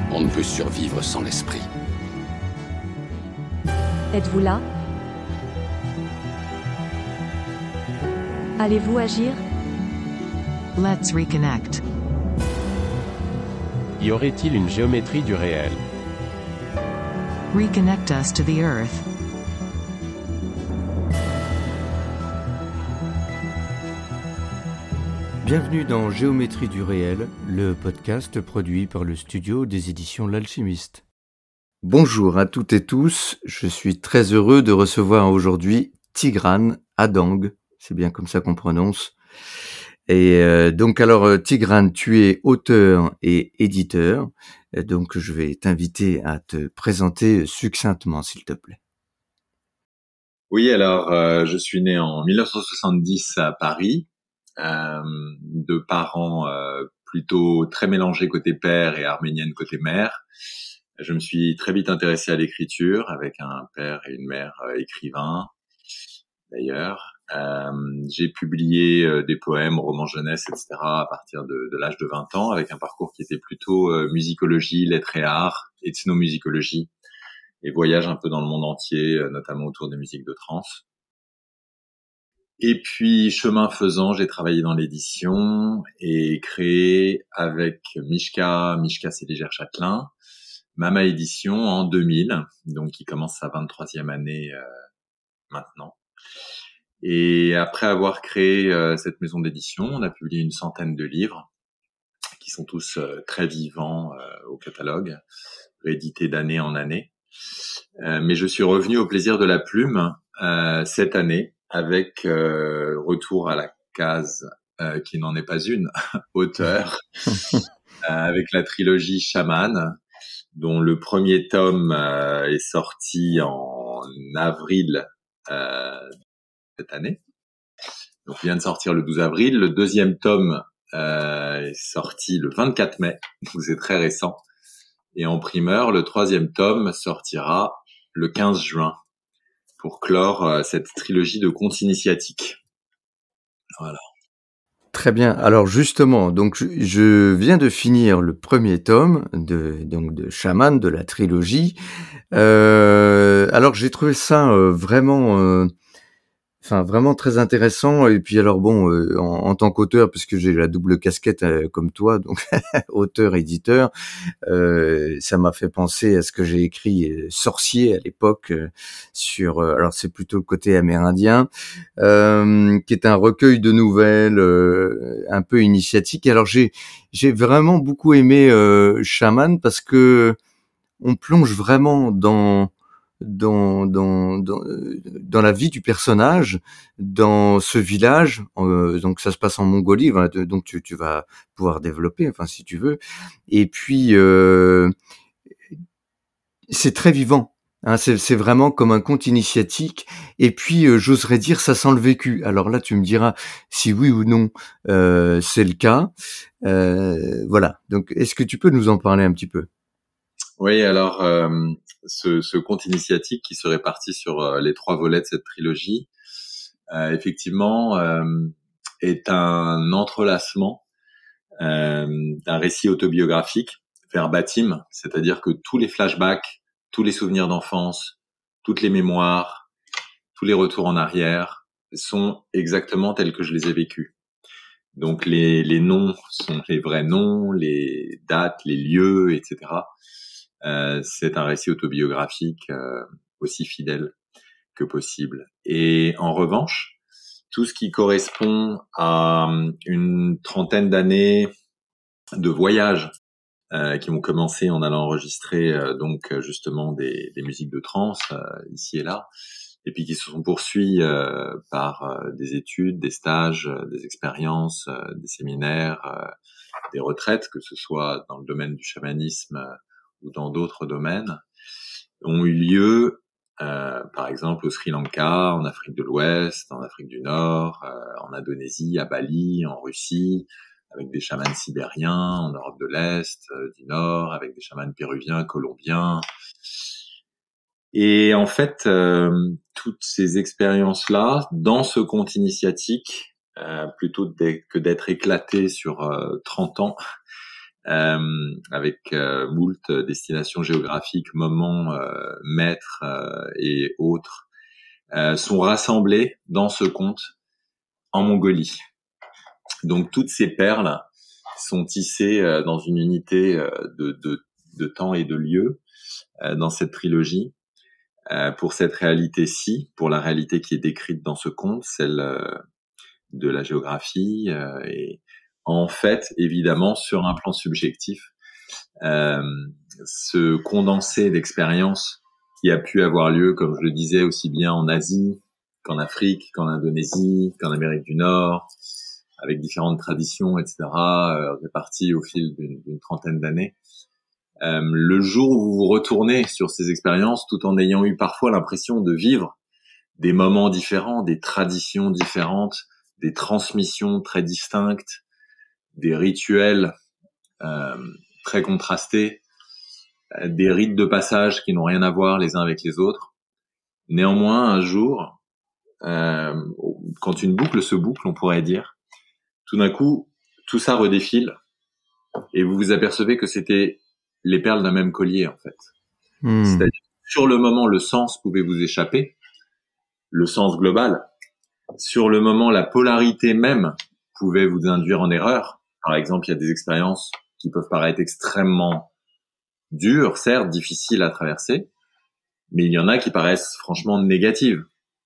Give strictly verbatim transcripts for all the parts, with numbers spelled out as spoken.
On ne peut survivre sans l'esprit. Êtes-vous là? Allez-vous agir? Let's reconnect. Y aurait-il une géométrie du réel? Reconnect us to the earth. Bienvenue dans Géométrie du réel, le podcast produit par le studio des éditions L'Alchimiste. Bonjour à toutes et tous, je suis très heureux de recevoir aujourd'hui Tigran Adang, c'est bien comme ça qu'on prononce. Et euh, donc alors Tigran, tu es auteur et éditeur, et donc je vais t'inviter à te présenter succinctement s'il te plaît. Oui, alors euh, je suis né en dix-neuf cent soixante-dix à Paris. Euh, de parents euh, plutôt très mélangés côté père et arménienne côté mère. Je me suis très vite intéressé à l'écriture avec un père et une mère euh, écrivains d'ailleurs. Euh, j'ai publié euh, des poèmes, romans jeunesse, et cetera à partir de, de l'âge de vingt ans avec un parcours qui était plutôt euh, musicologie, lettres et arts, ethnomusicologie et voyage un peu dans le monde entier, euh, notamment autour des musiques de trance. Et puis, chemin faisant, j'ai travaillé dans l'édition et créé avec Mishka, Mishka Céligère Châtelain, Mama Édition en deux mille, donc qui commence sa vingt-troisième année euh, maintenant. Et après avoir créé euh, cette maison d'édition, on a publié une centaine de livres qui sont tous euh, très vivants euh, au catalogue, réédités d'année en année. Euh, mais je suis revenu au plaisir de la plume euh, cette année, avec euh, retour à la case euh, qui n'en est pas une, auteur, euh, avec la trilogie Chaman, dont le premier tome euh, est sorti en avril euh, cette année. Donc, il vient de sortir le douze avril. Le deuxième tome euh, est sorti le vingt-quatre mai, donc c'est très récent. Et en primeur, le troisième tome sortira le quinze juin. Pour clore euh, cette trilogie de contes initiatiques. Voilà. Très bien. Alors justement, donc je, je viens de finir le premier tome de donc de Chaman de la trilogie. Euh, alors j'ai trouvé ça euh, vraiment euh, Enfin, vraiment très intéressant. Et puis alors bon, euh, en, en tant qu'auteur, puisque j'ai la double casquette euh, comme toi, donc auteur, éditeur, euh, ça m'a fait penser à ce que j'ai écrit euh, Sorcier à l'époque euh, sur. Euh, alors c'est plutôt le côté amérindien, euh, qui est un recueil de nouvelles euh, un peu initiatique. Alors j'ai j'ai vraiment beaucoup aimé euh, Chaman parce que on plonge vraiment dans dans dans dans dans la vie du personnage dans ce village, euh, donc ça se passe en Mongolie, voilà, donc tu tu vas pouvoir développer, enfin si tu veux. Et puis euh, c'est très vivant, hein, c'est c'est vraiment comme un conte initiatique. Et puis euh, j'oserais dire ça sent le vécu. Alors là tu me diras si oui ou non euh, c'est le cas. Euh, voilà. Donc est-ce que tu peux nous en parler un petit peu? Oui, alors euh, ce, ce conte initiatique qui se répartit sur euh, les trois volets de cette trilogie, euh, effectivement, euh, est un entrelacement euh, d'un récit autobiographique verbatim, c'est-à-dire que tous les flashbacks, tous les souvenirs d'enfance, toutes les mémoires, tous les retours en arrière sont exactement tels que je les ai vécus. Donc les, les noms sont les vrais noms, les dates, les lieux, et cetera. Euh, c'est un récit autobiographique euh, aussi fidèle que possible. Et en revanche, tout ce qui correspond à une trentaine d'années de voyages euh, qui ont commencé en allant enregistrer euh, donc justement des, des musiques de trance euh, ici et là, et puis qui se sont poursuivis euh, par euh, des études, des stages, euh, des expériences, euh, des séminaires, euh, des retraites, que ce soit dans le domaine du chamanisme euh, ou dans d'autres domaines, ont eu lieu, euh, par exemple au Sri Lanka, en Afrique de l'Ouest, en Afrique du Nord, euh, en Indonésie, à Bali, en Russie, avec des chamans sibériens, en Europe de l'Est, euh, du Nord, avec des chamans péruviens, colombiens. Et en fait, euh, toutes ces expériences-là, dans ce conte initiatique, euh, plutôt que d'être éclatées sur euh, trente ans, euh, avec euh, moult destinations géographiques, moments, euh, maîtres euh, et autres, euh, sont rassemblés dans ce conte en Mongolie. Donc toutes ces perles sont tissées euh, dans une unité euh, de, de, de temps et de lieu euh, dans cette trilogie. Euh, pour cette réalité-ci, pour la réalité qui est décrite dans ce conte, celle euh, de la géographie, euh, et en fait, évidemment, sur un plan subjectif, euh, ce condensé d'expériences qui a pu avoir lieu, comme je le disais, aussi bien en Asie qu'en Afrique, qu'en Indonésie, qu'en Amérique du Nord, avec différentes traditions, et cetera, euh, réparties au fil d'une, d'une trentaine d'années. Euh, le jour où vous vous retournez sur ces expériences, tout en ayant eu parfois l'impression de vivre des moments différents, des traditions différentes, des transmissions très distinctes, des rituels euh, très contrastés, euh, des rites de passage qui n'ont rien à voir les uns avec les autres. Néanmoins, un jour, euh, quand une boucle se boucle, on pourrait dire, tout d'un coup, tout ça redéfile et vous vous apercevez que c'était les perles d'un même collier, en fait. Mmh. C'est-à-dire, sur le moment, le sens pouvait vous échapper, le sens global. Sur le moment, la polarité même pouvait vous induire en erreur. Par exemple, il y a des expériences qui peuvent paraître extrêmement dures, certes, difficiles à traverser, mais il y en a qui paraissent franchement négatives.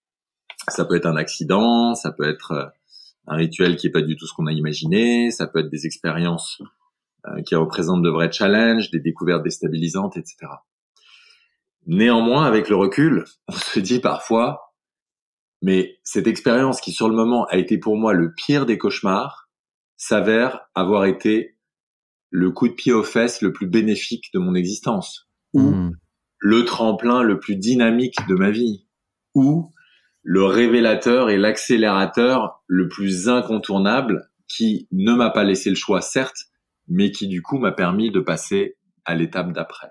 Ça peut être un accident, ça peut être un rituel qui est pas du tout ce qu'on a imaginé, ça peut être des expériences euh, qui représentent de vrais challenges, des découvertes déstabilisantes, et cetera. Néanmoins, avec le recul, on se dit parfois, mais cette expérience qui sur le moment a été pour moi le pire des cauchemars, s'avère avoir été le coup de pied aux fesses le plus bénéfique de mon existence, ou mmh. le tremplin le plus dynamique de ma vie, ou le révélateur et l'accélérateur le plus incontournable qui ne m'a pas laissé le choix, certes, mais qui du coup m'a permis de passer à l'étape d'après.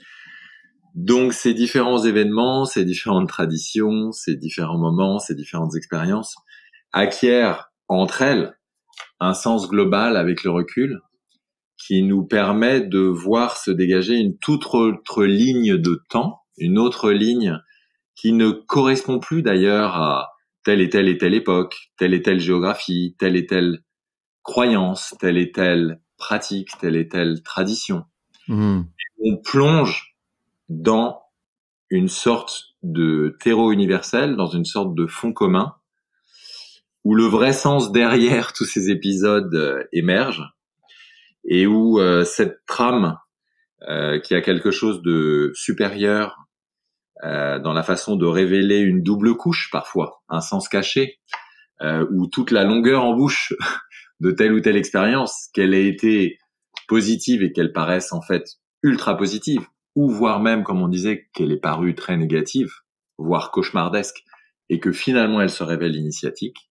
Donc ces différents événements, ces différentes traditions, ces différents moments, ces différentes expériences acquièrent entre elles un sens global avec le recul qui nous permet de voir se dégager une toute autre ligne de temps, une autre ligne qui ne correspond plus d'ailleurs à telle et telle et telle époque, telle et telle géographie, telle et telle croyance, telle et telle pratique, telle et telle tradition. Mmh. On plonge dans une sorte de terreau universel, dans une sorte de fond commun, où le vrai sens derrière tous ces épisodes euh, émerge, et où euh, cette trame euh, qui a quelque chose de supérieur euh, dans la façon de révéler une double couche parfois, un sens caché, euh, où toute la longueur en bouche de telle ou telle expérience, qu'elle ait été positive et qu'elle paraisse en fait ultra positive, ou voire même, comme on disait, qu'elle est parue très négative, voire cauchemardesque, et que finalement elle se révèle initiatique,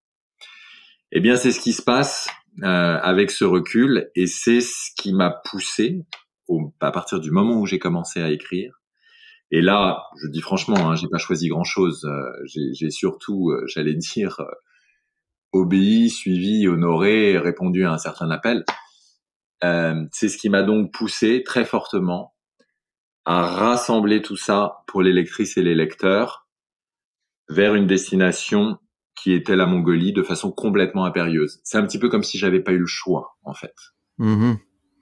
eh bien c'est ce qui se passe euh, avec ce recul, et c'est ce qui m'a poussé, au, à partir du moment où j'ai commencé à écrire. Et là, je dis franchement, hein, j'ai pas choisi grand-chose, euh, j'ai, j'ai surtout, euh, j'allais dire, euh, obéi, suivi, honoré, répondu à un certain appel. Euh, c'est ce qui m'a donc poussé très fortement à rassembler tout ça pour les lectrices et les lecteurs vers une destination qui était la Mongolie de façon complètement impérieuse. C'est un petit peu comme si j'avais pas eu le choix, en fait. Mmh.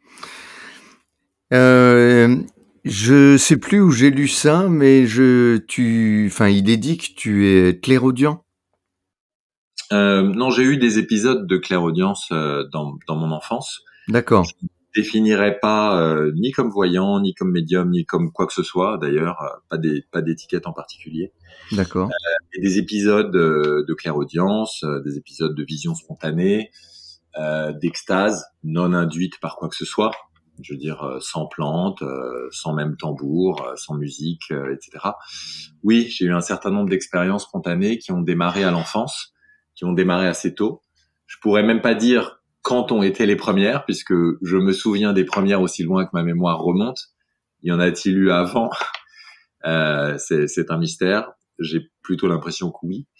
Euh, je sais plus où j'ai lu ça, mais je, tu, enfin, il est dit que tu es clairaudient. Euh, non, j'ai eu des épisodes de clairaudience euh, dans, dans mon enfance. D'accord. Je ne définirais pas euh, ni comme voyant, ni comme médium, ni comme quoi que ce soit. D'ailleurs, euh, pas des, pas d'étiquette en particulier. D'accord. Euh, et des épisodes euh, de clairaudience, euh, des épisodes de vision spontanée, euh, d'extase non induite par quoi que ce soit. Je veux dire, euh, sans plante, euh, sans même tambour, euh, sans musique, euh, et cetera. Oui, j'ai eu un certain nombre d'expériences spontanées qui ont démarré à l'enfance, qui ont démarré assez tôt. Je pourrais même pas dire quand ont été les premières, puisque je me souviens des premières aussi loin que ma mémoire remonte. Y en a-t-il eu avant? euh, c'est, c'est un mystère. J'ai plutôt l'impression que oui.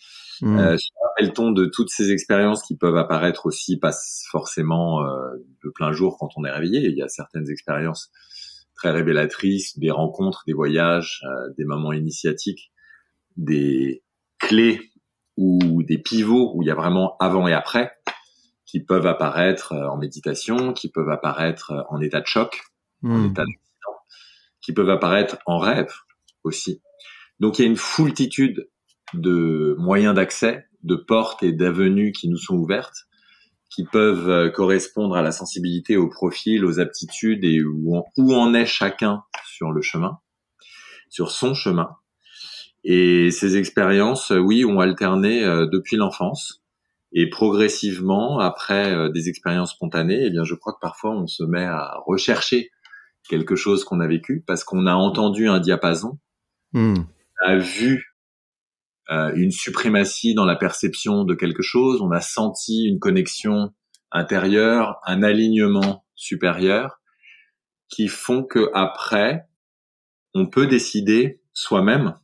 Mmh. Euh, se rappelle-t-on de toutes ces expériences qui peuvent apparaître aussi pas forcément euh, de plein jour quand on est réveillé. Il y a certaines expériences très révélatrices, des rencontres, des voyages, euh, des moments initiatiques, des clés ou des pivots où il y a vraiment avant et après qui peuvent apparaître en méditation, qui peuvent apparaître en état de choc, en Mmh. état d'accident, qui peuvent apparaître en rêve aussi. Donc il y a une foultitude de moyens d'accès, de portes et d'avenues qui nous sont ouvertes, qui peuvent correspondre à la sensibilité, au profil, aux aptitudes et où en, où en est chacun sur le chemin, sur son chemin. Et ces expériences, oui, ont alterné euh, depuis l'enfance. Et progressivement, après euh, des expériences spontanées, eh bien, je crois que parfois on se met à rechercher quelque chose qu'on a vécu parce qu'on a entendu un diapason, Mmh. on a vu euh, une suprématie dans la perception de quelque chose, on a senti une connexion intérieure, un alignement supérieur, qui font que après, on peut décider soi-même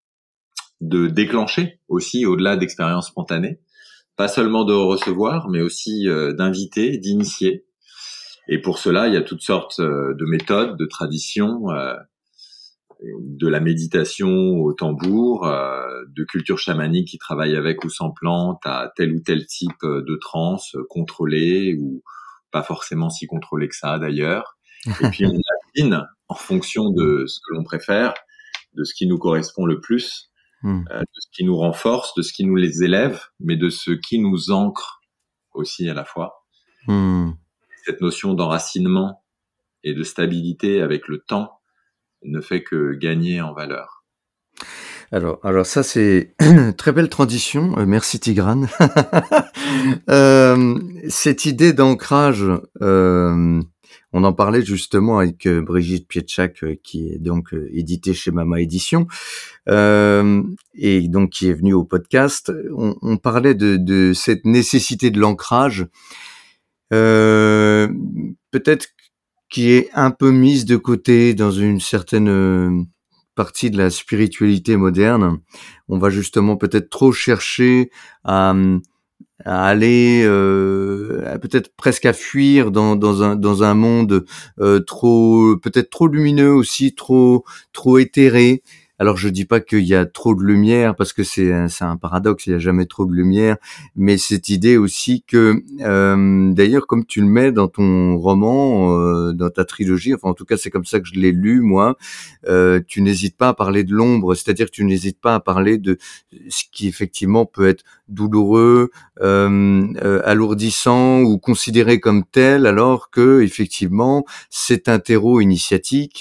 de déclencher aussi au-delà d'expériences spontanées, pas seulement de recevoir, mais aussi euh, d'inviter, d'initier. Et pour cela, il y a toutes sortes euh, de méthodes, de traditions, euh, de la méditation au tambour, euh, de culture chamanique qui travaille avec ou sans plantes, à tel ou tel type de transe euh, contrôlée ou pas forcément si contrôlée que ça d'ailleurs. Et puis on affine en fonction de ce que l'on préfère, de ce qui nous correspond le plus, Mmh. euh, de ce qui nous renforce, de ce qui nous les élève, mais de ce qui nous ancre aussi à la fois. Mmh. Cette notion d'enracinement et de stabilité avec le temps ne fait que gagner en valeur. Alors, alors ça c'est très belle transition. Euh, merci Tigrane. euh, cette idée d'ancrage, euh, on en parlait justement avec euh, Brigitte Pietschak, euh, qui est donc euh, éditée chez Mama Édition, euh, et donc qui est venue au podcast. On, on parlait de, de cette nécessité de l'ancrage, euh, peut-être qui est un peu mise de côté dans une certaine euh, partie de la spiritualité moderne. On va justement peut-être trop chercher à, à aller euh, à peut-être presque à fuir dans, dans un dans un monde euh, trop peut-être trop lumineux aussi, trop trop éthéré. Alors je dis pas qu'il y a trop de lumière parce que c'est un, c'est un paradoxe, il y a jamais trop de lumière, mais cette idée aussi que euh, d'ailleurs comme tu le mets dans ton roman, euh, dans ta trilogie, enfin en tout cas c'est comme ça que je l'ai lu moi, euh, tu n'hésites pas à parler de l'ombre, c'est-à-dire que tu n'hésites pas à parler de ce qui effectivement peut être douloureux, euh, euh, alourdissant ou considéré comme tel, alors que effectivement c'est un terreau initiatique.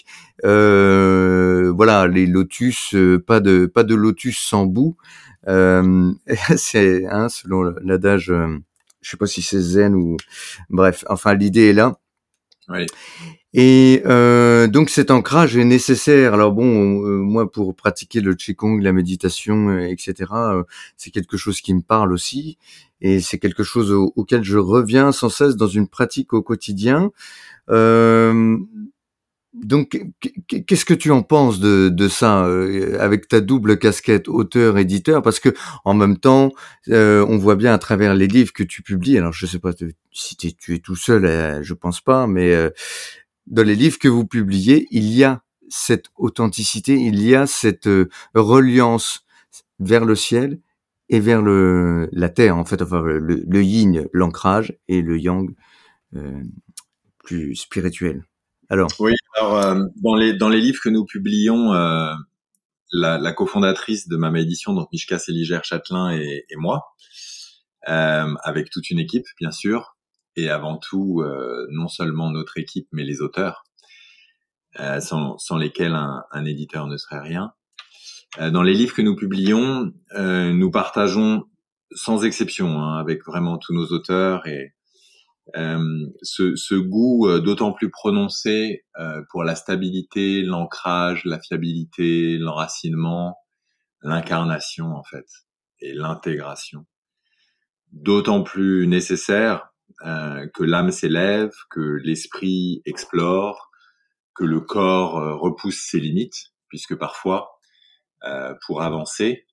Euh, voilà, les lotus, euh, pas de pas de lotus sans bout. Euh, c'est hein, selon l'adage, euh, je sais pas si c'est zen ou bref. Enfin, l'idée est là. Oui. Et euh, donc cet ancrage est nécessaire. Alors bon, euh, moi pour pratiquer le qigong, la méditation, euh, et cetera, euh, c'est quelque chose qui me parle aussi, et c'est quelque chose au, auquel je reviens sans cesse dans une pratique au quotidien. Euh, donc, qu'est-ce que tu en penses de, de ça, euh, avec ta double casquette auteur-éditeur? Parce que en même temps, euh, on voit bien à travers les livres que tu publies. Alors, je sais pas si t'es, tu es tout seul, euh, je pense pas, mais euh, dans les livres que vous publiez, il y a cette authenticité, il y a cette euh, reliance vers le ciel et vers le la terre, en fait, enfin le, le yin, l'ancrage, et le yang, euh, plus spirituel. Alors. Oui, alors euh, dans les dans les livres que nous publions, euh, la, la cofondatrice de Mama Édition, donc Mishka Séligère-Châtelain et, et moi, euh, avec toute une équipe bien sûr, et avant tout euh, non seulement notre équipe mais les auteurs, euh, sans, sans lesquels un, un éditeur ne serait rien. Euh, dans les livres que nous publions, euh, nous partageons sans exception, hein, avec vraiment tous nos auteurs, et Euh, ce, ce goût euh, d'autant plus prononcé euh, pour la stabilité, l'ancrage, la fiabilité, l'enracinement, l'incarnation en fait, et l'intégration. D'autant plus nécessaire euh, que l'âme s'élève, que l'esprit explore, que le corps euh, repousse ses limites, puisque parfois, euh, pour avancer,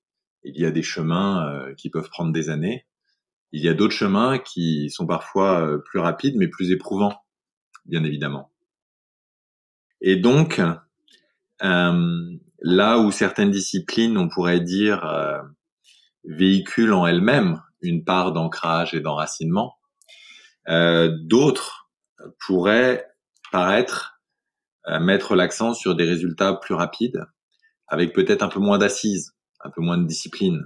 Il y a des chemins euh, qui peuvent prendre des années. Il y a d'autres chemins qui sont parfois euh, plus rapides, mais plus éprouvants, bien évidemment. Et donc, euh, là où certaines disciplines, on pourrait dire, euh, véhiculent en elles-mêmes une part d'ancrage et d'enracinement, euh, d'autres pourraient paraître euh, mettre l'accent sur des résultats plus rapides, avec peut-être un peu moins d'assises, un peu moins de discipline.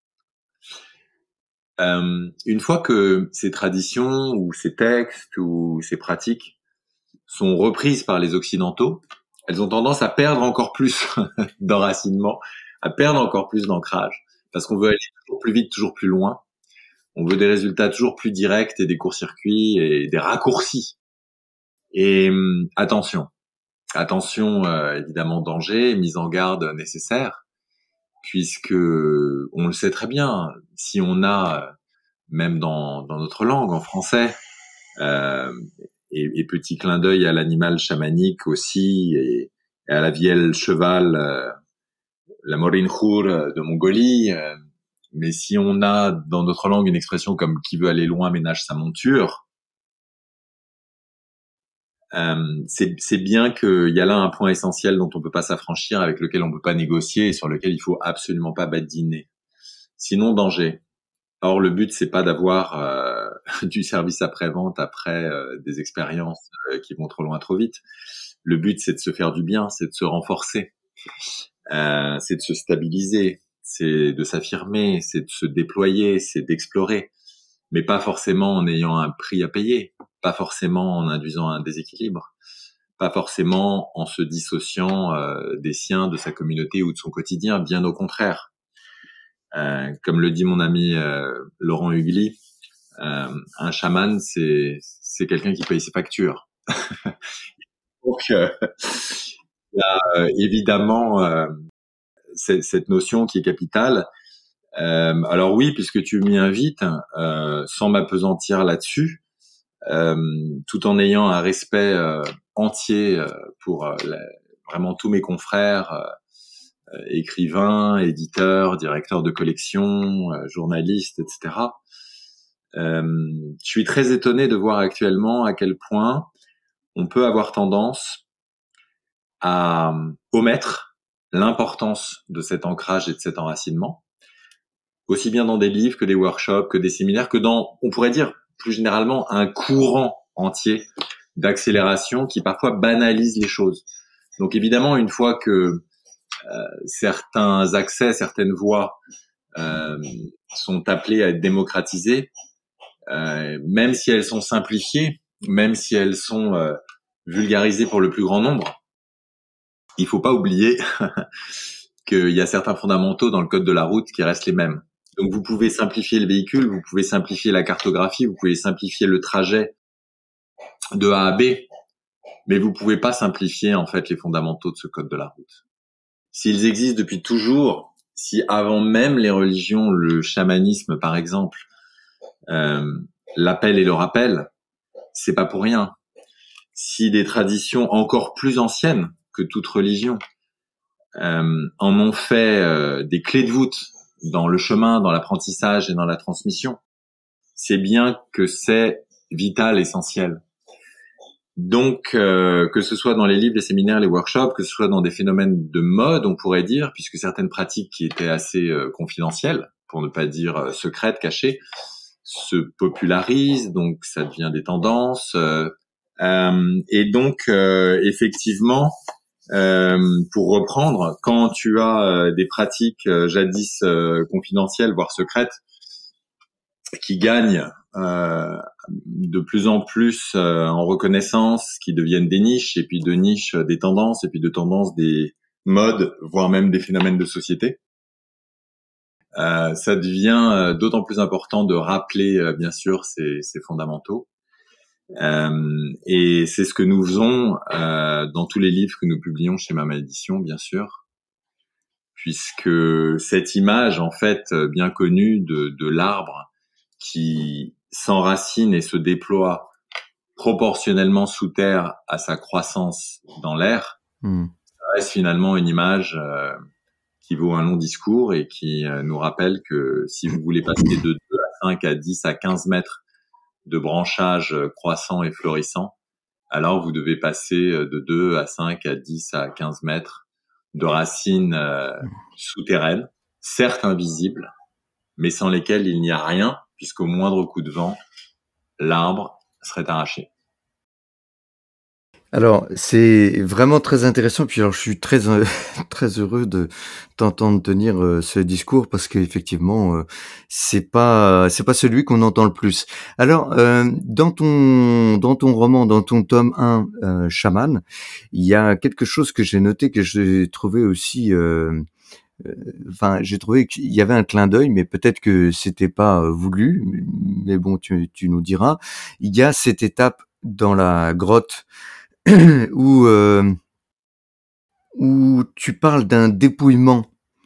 Euh, une fois que ces traditions ou ces textes ou ces pratiques sont reprises par les Occidentaux, elles ont tendance à perdre encore plus d'enracinement, à perdre encore plus d'ancrage, parce qu'on veut aller toujours plus vite, toujours plus loin. On veut des résultats toujours plus directs et des courts-circuits et des raccourcis. Et hum, attention, attention, euh, évidemment, danger, mise en garde nécessaire, puisque on le sait très bien, si on a, même dans, dans notre langue, en français, euh, et, et petit clin d'œil à l'animal chamanique aussi, et, et à la vielle cheval, euh, la morinjour de Mongolie, euh, mais si on a dans notre langue une expression comme « qui veut aller loin ménage sa monture », euh, c'est, c'est bien qu'il y a là un point essentiel dont on peut pas s'affranchir, avec lequel on peut pas négocier et sur lequel il faut absolument pas badiner. Sinon, danger. Or, le but, c'est pas d'avoir euh, du service après-vente après euh, des expériences euh, qui vont trop loin, trop vite. Le but, c'est de se faire du bien, c'est de se renforcer, euh, c'est de se stabiliser, c'est de s'affirmer, c'est de se déployer, c'est d'explorer, mais pas forcément en ayant un prix à payer, pas forcément en induisant un déséquilibre, pas forcément en se dissociant euh, des siens, de sa communauté ou de son quotidien, bien au contraire. Euh, comme le dit mon ami euh, Laurent Hugli, euh, un chaman, c'est, c'est quelqu'un qui paye ses factures. Donc, euh, il y a euh, évidemment euh, c- cette notion qui est capitale. Euh, alors oui, puisque tu m'y invites, euh, sans m'appesantir là-dessus, euh, tout en ayant un respect euh, entier euh, pour euh, la, vraiment tous mes confrères, euh, écrivains, éditeurs, directeurs de collection, euh, journalistes, et cetera. Euh, je suis très étonné de voir actuellement à quel point on peut avoir tendance à omettre l'importance de cet ancrage et de cet enracinement, aussi bien dans des livres que des workshops, que des séminaires, que dans, on pourrait dire plus généralement, un courant entier d'accélération qui parfois banalise les choses. Donc évidemment, une fois que euh, certains accès, certaines voies euh, sont appelées à être démocratisées, euh, même si elles sont simplifiées, même si elles sont euh, vulgarisées pour le plus grand nombre, il faut pas oublier qu'il y a certains fondamentaux dans le code de la route qui restent les mêmes. Donc vous pouvez simplifier le véhicule, vous pouvez simplifier la cartographie, vous pouvez simplifier le trajet de A à B, mais vous pouvez pas simplifier en fait les fondamentaux de ce code de la route. S'ils existent depuis toujours, si avant même les religions, le chamanisme par exemple, euh, l'appel et le rappel, c'est pas pour rien. Si des traditions encore plus anciennes que toute religion euh, en ont fait euh, des clés de voûte dans le chemin, dans l'apprentissage et dans la transmission, c'est bien que c'est vital, essentiel. Donc, euh, que ce soit dans les livres, les séminaires, les workshops, que ce soit dans des phénomènes de mode, on pourrait dire, puisque certaines pratiques qui étaient assez euh, confidentielles, pour ne pas dire euh, secrètes, cachées, se popularisent, donc ça devient des tendances. Euh, euh, et donc, euh, effectivement, euh, pour reprendre, quand tu as euh, des pratiques euh, jadis euh, confidentielles, voire secrètes, qui gagnent euh, de plus en plus euh, en reconnaissance, qui deviennent des niches, et puis de niches des tendances, et puis de tendances des modes, voire même des phénomènes de société, euh, ça devient euh, d'autant plus important de rappeler euh, bien sûr ces, ces fondamentaux. Euh, et c'est ce que nous faisons euh, dans tous les livres que nous publions chez Mama Édition, bien sûr, puisque cette image en fait bien connue de, de l'arbre qui s'enracine et se déploie proportionnellement sous terre à sa croissance dans l'air, Mmh. ça reste finalement une image euh, qui vaut un long discours et qui euh, nous rappelle que si vous voulez passer de deux à cinq à dix à quinze mètres de branchage croissant et florissant, alors vous devez passer de deux à cinq à dix à quinze mètres de racines euh, souterraines, certes invisibles, mais sans lesquelles il n'y a rien, puisqu'au moindre coup de vent, l'arbre serait arraché. Alors, c'est vraiment très intéressant. Puis alors, je suis très euh, très heureux de t'entendre tenir euh, ce discours parce qu'effectivement, euh, c'est pas c'est pas celui qu'on entend le plus. Alors, euh, dans ton dans ton roman, dans ton tome un, euh, Chaman, il y a quelque chose que j'ai noté que j'ai trouvé aussi. Euh, euh, Enfin, j'ai trouvé qu'il y avait un clin d'œil, mais peut-être que c'était pas euh, voulu. Mais bon, tu tu nous diras. Il y a cette étape dans la grotte où euh, où tu parles d'un dépouillement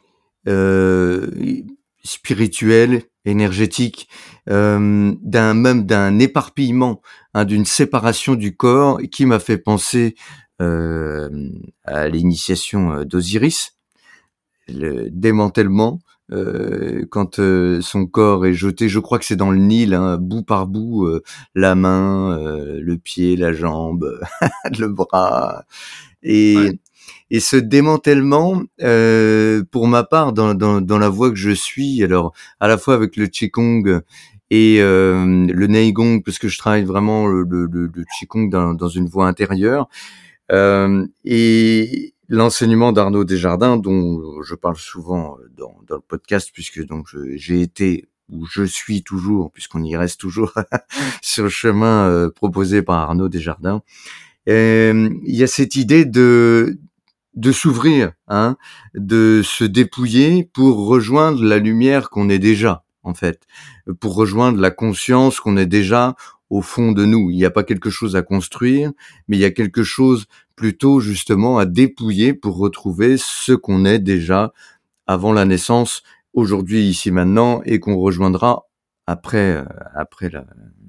euh, spirituel, énergétique, euh, d'un même d'un éparpillement, hein, d'une séparation du corps qui m'a fait penser euh, à l'initiation d'Osiris, le démantèlement. Euh, quand euh, son corps est jeté, je crois que c'est dans le Nil, hein, bout par bout, euh, la main, euh, le pied, la jambe, le bras, et Ouais. et ce démantèlement, euh, pour ma part, dans, dans, dans la voie que je suis, alors à la fois avec le Qigong et euh, le Neigong, parce que je travaille vraiment le, le, le Qigong dans, dans une voie intérieure, euh, et l'enseignement d'Arnaud Desjardins, dont je parle souvent dans, dans le podcast, puisque donc je- j'ai été ou je suis toujours, puisqu'on y reste toujours sur le chemin euh, proposé par Arnaud Desjardins. Euh, Il y a cette idée de de s'ouvrir, hein, de se dépouiller pour rejoindre la lumière qu'on est déjà, en fait, pour rejoindre la conscience qu'on est déjà au fond de nous. Il n'y a pas quelque chose à construire, mais il y a quelque chose plutôt justement à dépouiller pour retrouver ce qu'on est déjà avant la naissance, aujourd'hui, ici, maintenant, et qu'on rejoindra après, euh, après la,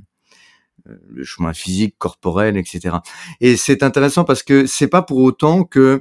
le chemin physique, corporel, et cetera. Et c'est intéressant parce que c'est pas pour autant que,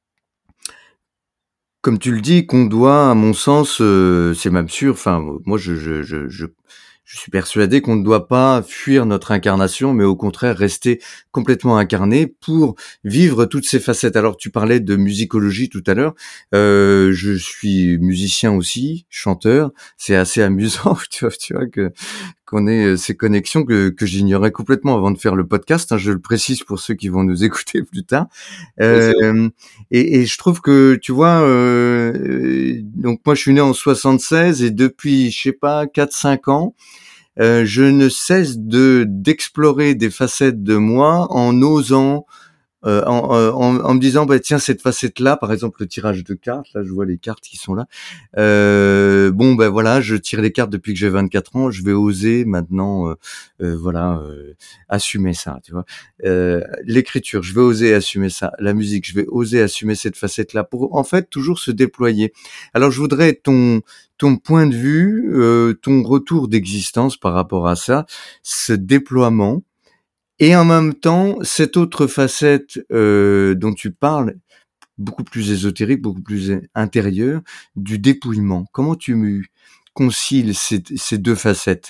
comme tu le dis, qu'on doit, à mon sens, euh, c'est même sûr. Enfin, moi, je, je, je, je, je suis persuadé qu'on ne doit pas fuir notre incarnation, mais au contraire rester complètement incarné pour vivre toutes ces facettes. Alors, tu parlais de musicologie tout à l'heure. Euh, je suis musicien aussi, chanteur. C'est assez amusant, tu vois, tu vois que qu'on ait euh, ces connexions que, que j'ignorais complètement avant de faire le podcast, hein, je le précise pour ceux qui vont nous écouter plus tard. Oui, c'est vrai. Euh, et, et je trouve que, tu vois, euh, euh, donc moi je suis né en soixante-seize et depuis, je sais pas, quatre cinq ans, euh, je ne cesse de d'explorer des facettes de moi en osant euh, en, euh, en, en me disant bah tiens cette facette là par exemple le tirage de cartes, là je vois les cartes qui sont là, euh, bon ben voilà je tire les cartes depuis que j'ai vingt-quatre ans, je vais oser maintenant euh, euh, voilà euh, assumer ça, tu vois. Euh, l'écriture, je vais oser assumer ça, la musique, je vais oser assumer cette facette là pour en fait toujours se déployer. Alors je voudrais ton ton point de vue, euh, ton retour d'existence par rapport à ça, ce déploiement. Et en même temps, cette autre facette euh, dont tu parles, beaucoup plus ésotérique, beaucoup plus intérieure, du dépouillement. Comment tu concilies ces, ces deux facettes?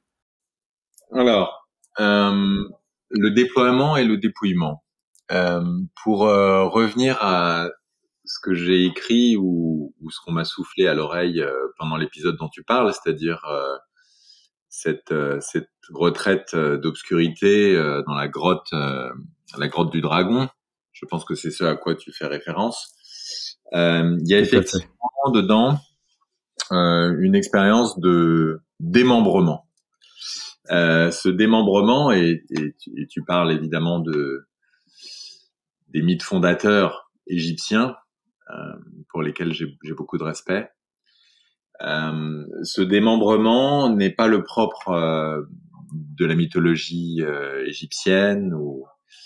Alors, euh, le déploiement et le dépouillement. Euh, pour euh, revenir à ce que j'ai écrit ou, ou ce qu'on m'a soufflé à l'oreille euh, pendant l'épisode dont tu parles, c'est-à-dire euh, cette, euh, cette retraite euh, d'obscurité euh, dans la grotte, euh, la grotte du dragon. Je pense que c'est ce à quoi tu fais référence. Euh, Il y a Tout à fait. effectivement dedans euh, une expérience de démembrement. Euh, ce démembrement, et, et, tu, et tu parles évidemment de des mythes fondateurs égyptiens euh, pour lesquels j'ai, j'ai beaucoup de respect. Euh, ce démembrement n'est pas le propre euh, de la mythologie euh, égyptienne, ou,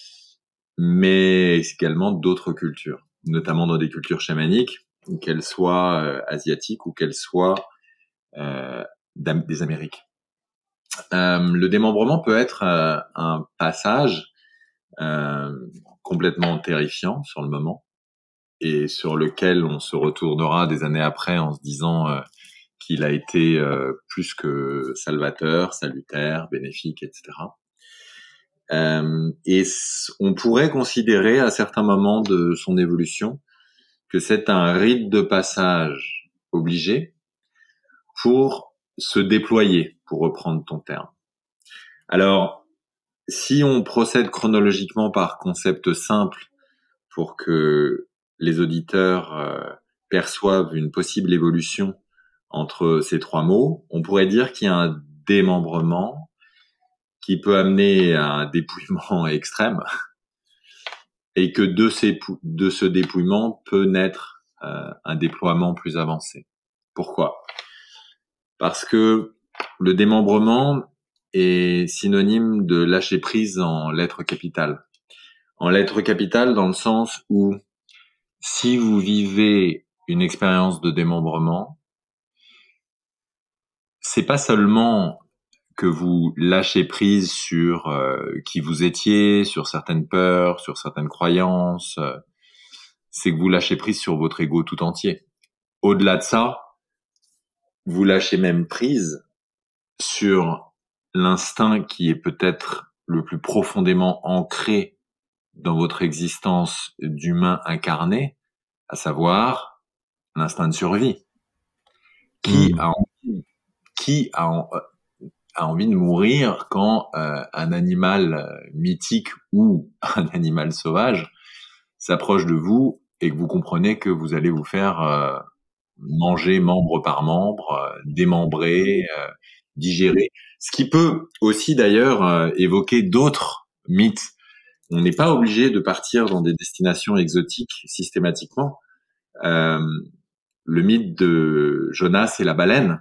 mais également d'autres cultures, notamment dans des cultures chamaniques, qu'elles soient euh, asiatiques ou qu'elles soient euh, des Amériques. Euh, le démembrement peut être euh, un passage euh, complètement terrifiant sur le moment, et sur lequel on se retournera des années après en se disant euh, qu'il a été euh, plus que salvateur, salutaire, bénéfique, et cetera. Euh, et on pourrait considérer à certains moments de son évolution que c'est un rite de passage obligé pour se déployer, pour reprendre ton terme. Alors, si on procède chronologiquement par concept simple pour que les auditeurs euh, perçoivent une possible évolution entre ces trois mots, on pourrait dire qu'il y a un démembrement qui peut amener à un dépouillement extrême et que de, ces, de ce dépouillement peut naître euh, un déploiement plus avancé. Pourquoi ? Parce que le démembrement est synonyme de lâcher prise en lettres capitales. En lettres capitales dans le sens où si vous vivez une expérience de démembrement, c'est pas seulement que vous lâchez prise sur euh, qui vous étiez, sur certaines peurs, sur certaines croyances, euh, c'est que vous lâchez prise sur votre ego tout entier. Au-delà de ça, vous lâchez même prise sur l'instinct qui est peut-être le plus profondément ancré dans votre existence d'humain incarné, à savoir l'instinct de survie. Qui mmh. a envie, qui a, en, a envie de mourir quand euh, un animal euh, mythique ou un animal sauvage s'approche de vous et que vous comprenez que vous allez vous faire euh, manger membre par membre, euh, démembrer, euh, digérer. Ce qui peut aussi d'ailleurs euh, évoquer d'autres mythes. On n'est pas obligé de partir dans des destinations exotiques systématiquement. Euh, le mythe de Jonas et la baleine.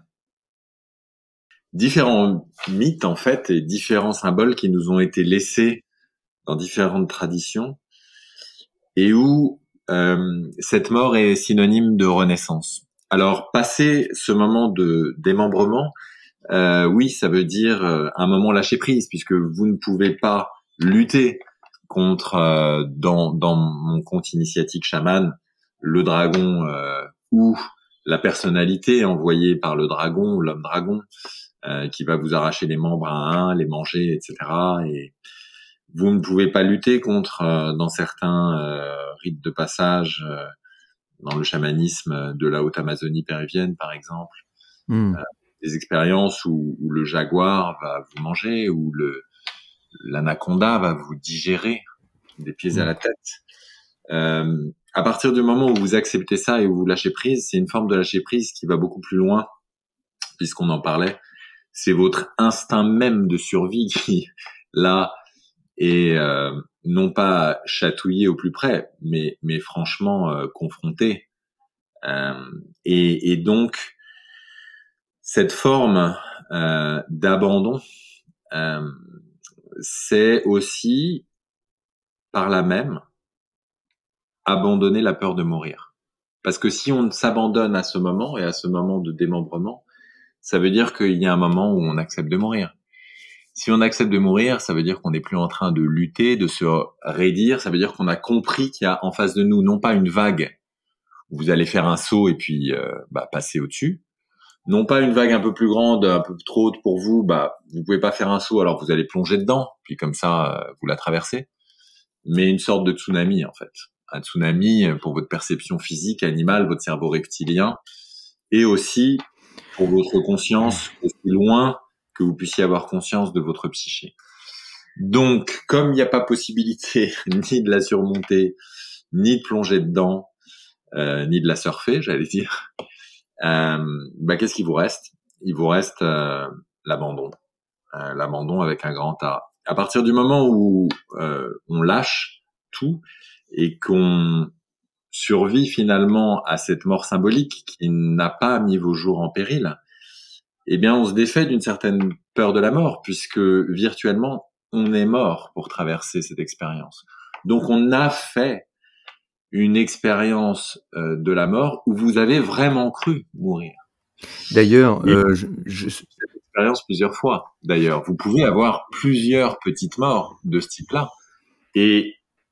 Différents mythes en fait et différents symboles qui nous ont été laissés dans différentes traditions et où euh, cette mort est synonyme de renaissance. Alors, passer ce moment de démembrement, euh, oui, ça veut dire euh, un moment lâcher prise, puisque vous ne pouvez pas lutter contre, euh, dans, dans mon conte initiatique chaman, le dragon euh, ou la personnalité envoyée par le dragon, l'homme dragon, euh, qui va vous arracher les membres à un, les manger, et cetera. Et vous ne pouvez pas lutter contre, euh, dans certains euh, rites de passage, euh, dans le chamanisme de la haute Amazonie péruvienne, par exemple, mmh. euh, des expériences où, où le jaguar va vous manger, où le l'anaconda va vous digérer des pieds mmh. à la tête. Euh, à partir du moment où vous acceptez ça et où vous lâchez prise, c'est une forme de lâcher prise qui va beaucoup plus loin, puisqu'on en parlait. C'est votre instinct même de survie qui, là, est euh, non pas chatouillé au plus près, mais, mais franchement euh, confronté. Euh, et, et donc, cette forme euh, d'abandon, euh, c'est aussi, par là même, abandonner la peur de mourir. Parce que si on s'abandonne à ce moment, et à ce moment de démembrement, ça veut dire qu'il y a un moment où on accepte de mourir. Si on accepte de mourir, ça veut dire qu'on n'est plus en train de lutter, de se raidir, ça veut dire qu'on a compris qu'il y a en face de nous non pas une vague où vous allez faire un saut et puis euh, bah, passer au-dessus, non pas une vague un peu plus grande, un peu trop haute pour vous, bah vous pouvez pas faire un saut alors vous allez plonger dedans, puis comme ça euh, vous la traversez, mais une sorte de tsunami en fait. Un tsunami pour votre perception physique, animale, votre cerveau reptilien, et aussi pour votre conscience aussi loin que vous puissiez avoir conscience de votre psyché. Donc, comme il n'y a pas possibilité ni de la surmonter, ni de plonger dedans, euh, ni de la surfer, j'allais dire, euh, bah, qu'est-ce qu'il vous reste ? Il vous reste euh, l'abandon. Euh, l'abandon avec un grand A. À partir du moment où euh, on lâche tout et qu'on survit finalement à cette mort symbolique qui n'a pas mis vos jours en péril, eh bien, on se défait d'une certaine peur de la mort, puisque virtuellement, on est mort pour traverser cette expérience. Donc, on a fait une expérience euh, de la mort où vous avez vraiment cru mourir. D'ailleurs, euh, je, je... cette expérience plusieurs fois. D'ailleurs, vous pouvez avoir plusieurs petites morts de ce type-là, et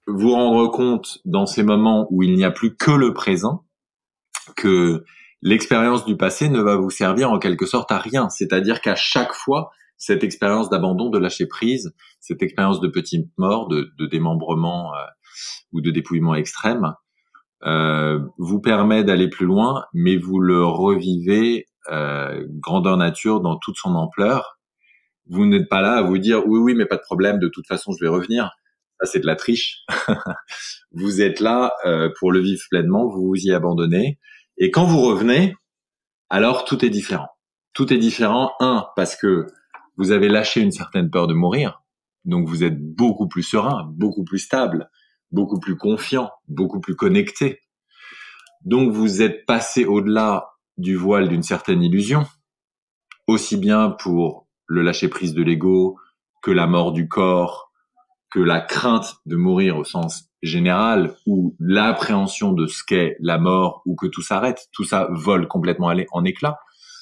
vous rendre compte dans ces moments où il n'y a plus que le présent, que l'expérience du passé ne va vous servir en quelque sorte à rien. C'est-à-dire qu'à chaque fois, cette expérience d'abandon, de lâcher prise, cette expérience de petite mort, de, de démembrement euh, ou de dépouillement extrême, euh, vous permet d'aller plus loin, mais vous le revivez euh, grandeur nature dans toute son ampleur. Vous n'êtes pas là à vous dire oui, oui, mais pas de problème, de toute façon, je vais revenir. Ça, c'est de la triche. Vous êtes là euh, pour le vivre pleinement, vous vous y abandonnez. Et quand vous revenez, alors tout est différent. Tout est différent, un, parce que vous avez lâché une certaine peur de mourir, donc vous êtes beaucoup plus serein, beaucoup plus stable, beaucoup plus confiant, beaucoup plus connecté. Donc vous êtes passé au-delà du voile d'une certaine illusion, aussi bien pour le lâcher-prise de l'ego que la mort du corps, que la crainte de mourir au sens général, ou l'appréhension de ce qu'est la mort, ou que tout s'arrête, tout ça vole complètement en éclats.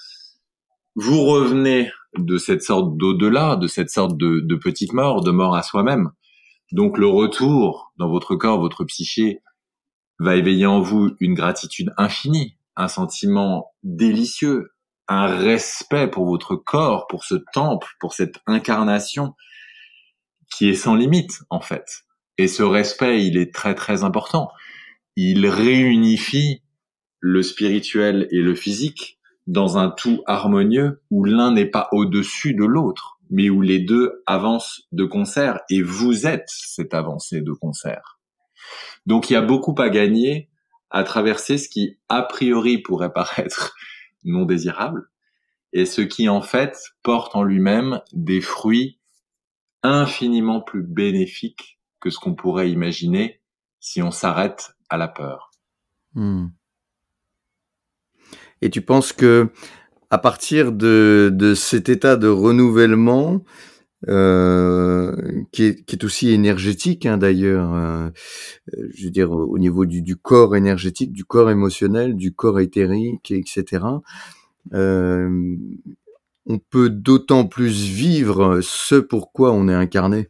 Vous revenez de cette sorte d'au-delà, de cette sorte de, de petite mort, de mort à soi-même. Donc le retour dans votre corps, votre psyché, va éveiller en vous une gratitude infinie, un sentiment délicieux, un respect pour votre corps, pour ce temple, pour cette incarnation qui est sans limite, en fait. Et ce respect, il est très très important. Il réunifie le spirituel et le physique dans un tout harmonieux où l'un n'est pas au-dessus de l'autre, mais où les deux avancent de concert, et vous êtes cette avancée de concert. Donc il y a beaucoup à gagner à traverser ce qui, a priori, pourrait paraître non désirable, et ce qui, en fait, porte en lui-même des fruits infiniment plus bénéfiques que ce qu'on pourrait imaginer si on s'arrête à la peur. Hmm. Et tu penses que à partir de, de cet état de renouvellement, euh, qui, est, qui est aussi énergétique hein, d'ailleurs, euh, je veux dire au niveau du, du corps énergétique, du corps émotionnel, du corps éthérique, et cetera, euh, on peut d'autant plus vivre ce pourquoi on est incarné,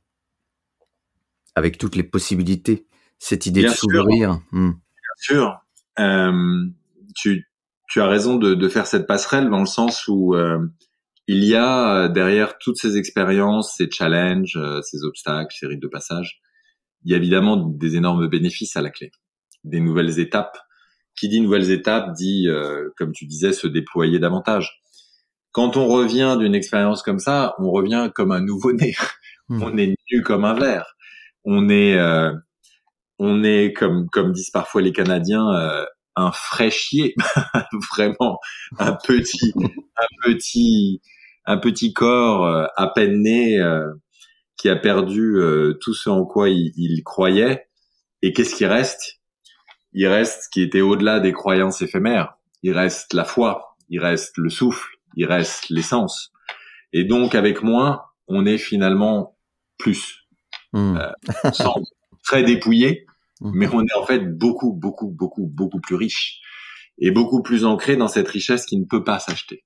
avec toutes les possibilités, cette idée Bien de s'ouvrir. Hmm. Bien sûr, euh, tu Tu as raison de, de faire cette passerelle dans le sens où euh, il y a derrière toutes ces expériences, ces challenges, euh, ces obstacles, ces rites de passage, il y a évidemment des énormes bénéfices à la clé, des nouvelles étapes. Qui dit nouvelles étapes dit, euh, comme tu disais, se déployer davantage. Quand on revient d'une expérience comme ça, on revient comme un nouveau-né. Mmh. On est nu comme un verre. On est, euh, on est comme comme disent parfois les Canadiens. Euh, un fraîchier, vraiment un petit, un petit, un petit corps euh, à peine né euh, qui a perdu euh, tout ce en quoi il, il croyait. Et qu'est-ce qui reste ? Il reste ce qui était au-delà des croyances éphémères. Il reste la foi, il reste le souffle, il reste l'essence. Et donc avec moins, on est finalement plus, mmh. euh, sans, très dépouillé. Mais on est en fait beaucoup, beaucoup, beaucoup, beaucoup plus riche et beaucoup plus ancré dans cette richesse qui ne peut pas s'acheter.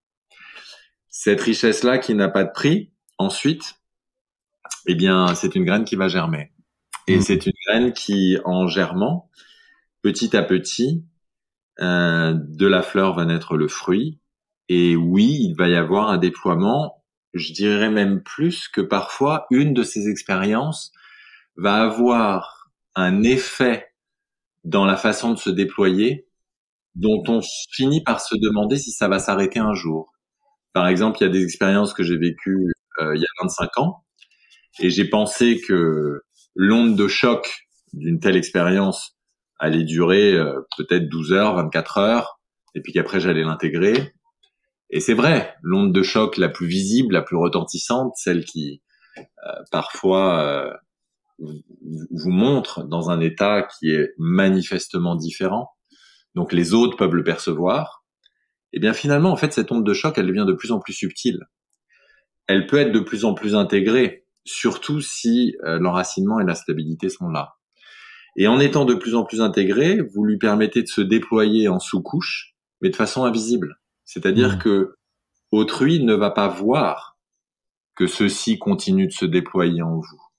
Cette richesse-là qui n'a pas de prix, ensuite, eh bien, c'est une graine qui va germer. Et mmh. c'est une graine qui, en germant, petit à petit, euh, de la fleur va naître le fruit. Et oui, il va y avoir un déploiement, je dirais même plus que parfois, une de ces expériences va avoir un effet dans la façon de se déployer dont on finit par se demander si ça va s'arrêter un jour. Par exemple, il y a des expériences que j'ai vécues euh, il y a vingt-cinq ans et j'ai pensé que l'onde de choc d'une telle expérience allait durer euh, peut-être douze heures, vingt-quatre heures et puis qu'après j'allais l'intégrer. Et c'est vrai, l'onde de choc la plus visible, la plus retentissante, celle qui euh, parfois... Euh, vous montre dans un état qui est manifestement différent, donc les autres peuvent le percevoir, et bien finalement, en fait, cette onde de choc, elle devient de plus en plus subtile. Elle peut être de plus en plus intégrée, surtout si euh, l'enracinement et la stabilité sont là. Et en étant de plus en plus intégrée, vous lui permettez de se déployer en sous-couche, mais de façon invisible. C'est-à-dire mmh. que autrui ne va pas voir que ceci continue de se déployer en vous.